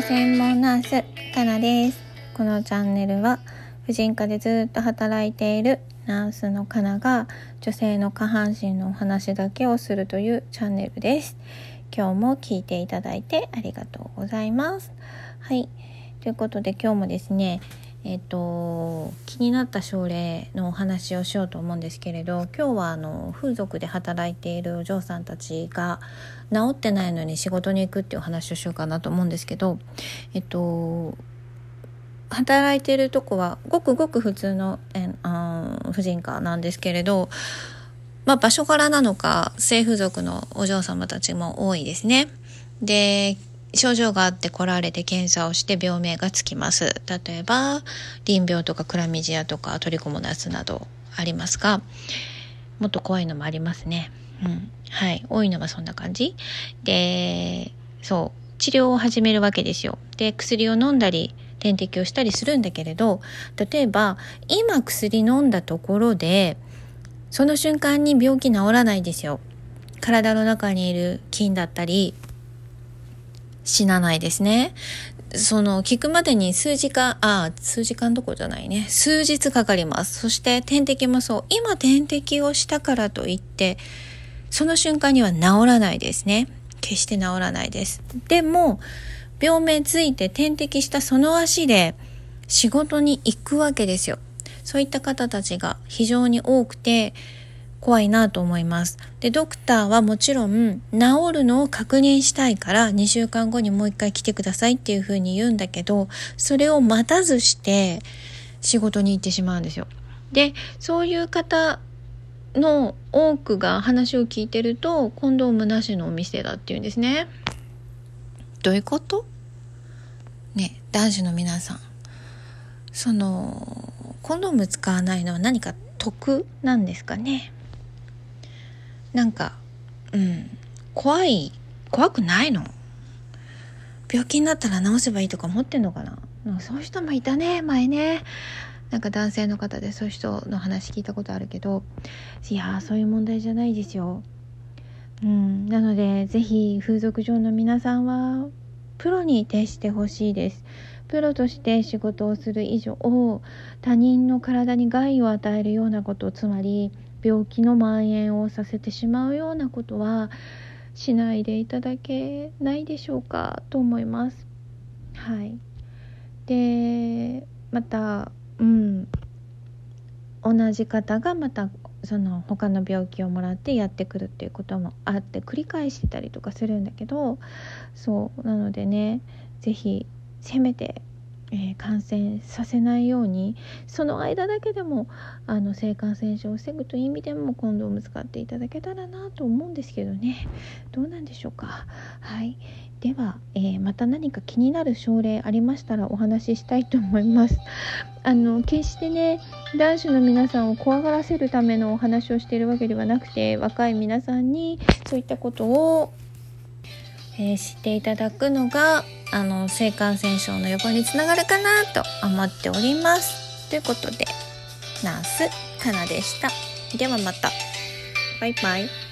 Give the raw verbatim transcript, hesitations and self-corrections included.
専門ナースかなです。このチャンネルは婦人科でずっと働いているナースのかなが女性の下半身のお話だけをするというチャンネルです。今日も聞いていただいてありがとうございます。はい、ということで今日もですねえっと、気になった症例のお話をしようと思うんですけれど、今日はあの風俗で働いているお嬢さんたちが治ってないのに仕事に行くっていうお話をしようかなと思うんですけど、えっと働いているとこはごくごく普通のえあ婦人科なんですけれど、まあ、場所柄なのか性風俗のお嬢様たちも多いですね。で症状があって来られて検査をして病名がつきます。例えば淋病とかクラミジアとかトリコモナスなどありますが、もっと怖いのもありますね。うん、はい、多いのはそんな感じで、そう治療を始めるわけですよ。で薬を飲んだり点滴をしたりするんだけれど、例えば今薬飲んだところでその瞬間に病気治らないですよ。体の中にいる菌だったり死なないですね。その効くまでに数時間あ数時間どころじゃないね数日かかります。そして点滴もそう、今点滴をしたからといってその瞬間には治らないですね。決して治らないです。でも病名ついて点滴したその足で仕事に行くわけですよ。そういった方たちが非常に多くて怖いなと思います。でドクターはもちろん治るのを確認したいからにしゅうかんごにもう一回来てくださいっていう風に言うんだけど、それを待たずして仕事に行ってしまうんですよ。でそういう方の多くが話を聞いてるとコンドームなしのお店だっていうんですね。どういうことね、男子の皆さん、そのコンドーム使わないのは何か得なんですかね。なんかうん怖い怖くないの？病気になったら治せばいいとか思ってんのかな。なんかそういう人もいたね前ね。なんか男性の方でそういう人の話聞いたことあるけど、いやそういう問題じゃないですよ。うんなのでぜひ風俗嬢の皆さんはプロに徹してほしいです。プロとして仕事をする以上他人の体に害を与えるようなこと、つまり病気の蔓延をさせてしまうようなことはしないでいただけないでしょうかと思います。はい。でまたうん同じ方がまたその他の病気をもらってやってくるっていうこともあって繰り返してたりとかするんだけど、そうなのでね、ぜひせめて、えー、感染させないようにその間だけでもあの性感染症を防ぐという意味でもコンドーム使っていただけたらなと思うんですけどね。どうなんでしょうか。はい、では、えー、また何か気になる症例ありましたらお話ししたいと思います。あの決してね男子の皆さんを怖がらせるためのお話をしているわけではなくて、若い皆さんにそういったことを、えー、知っていただくのがあの性感染症の予防につながるかなと思っております。ということでナースかなでした。ではまた。バイバイ。